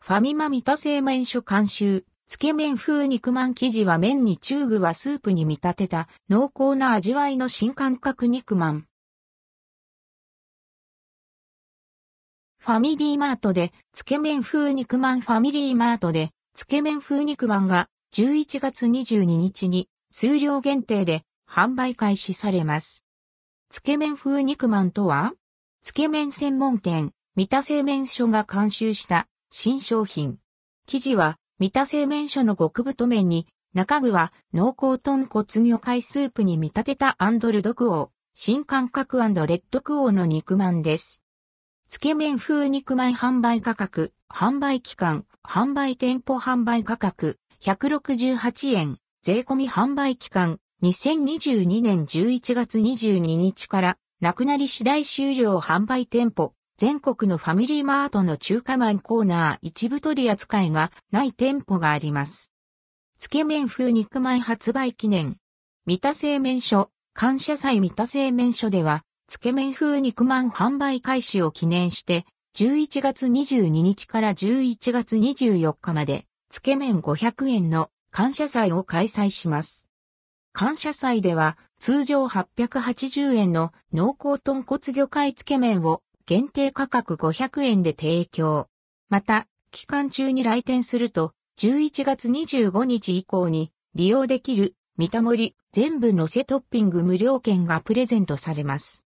ファミマ三田製麺所監修、つけ麺風肉まん生地は麺に中具はスープに見立てた濃厚な味わいの新感覚肉まん。ファミリーマートで、つけ麺風肉まんファミリーマートで、つけ麺風肉まんが11月22日に数量限定で販売開始されます。つけ麺風肉まんとは、つけ麺専門店、三田製麺所が監修した新商品。生地は三田製麺所の極太麺に、中具は濃厚豚骨魚介スープに見立てたアンドルドクオー、新感覚&レッドクオーの肉まんです。つけ麺風肉まん販売価格、販売期間、販売店舗販売価格、168円、税込み販売期間、2022年11月22日から、なくなり次第終了販売店舗、全国のファミリーマートの中華まんコーナー一部取り扱いがない店舗があります。つけ麺風肉まん発売記念。三田製麺所、感謝祭三田製麺所では、つけ麺風肉まん販売開始を記念して、11月22日から11月24日まで、つけ麺500円の感謝祭を開催します。感謝祭では、通常880円の濃厚豚骨魚介つけ麺を限定価格500円で提供。また、期間中に来店すると、11月25日以降に利用できる三田盛り全部乗せトッピング無料券がプレゼントされます。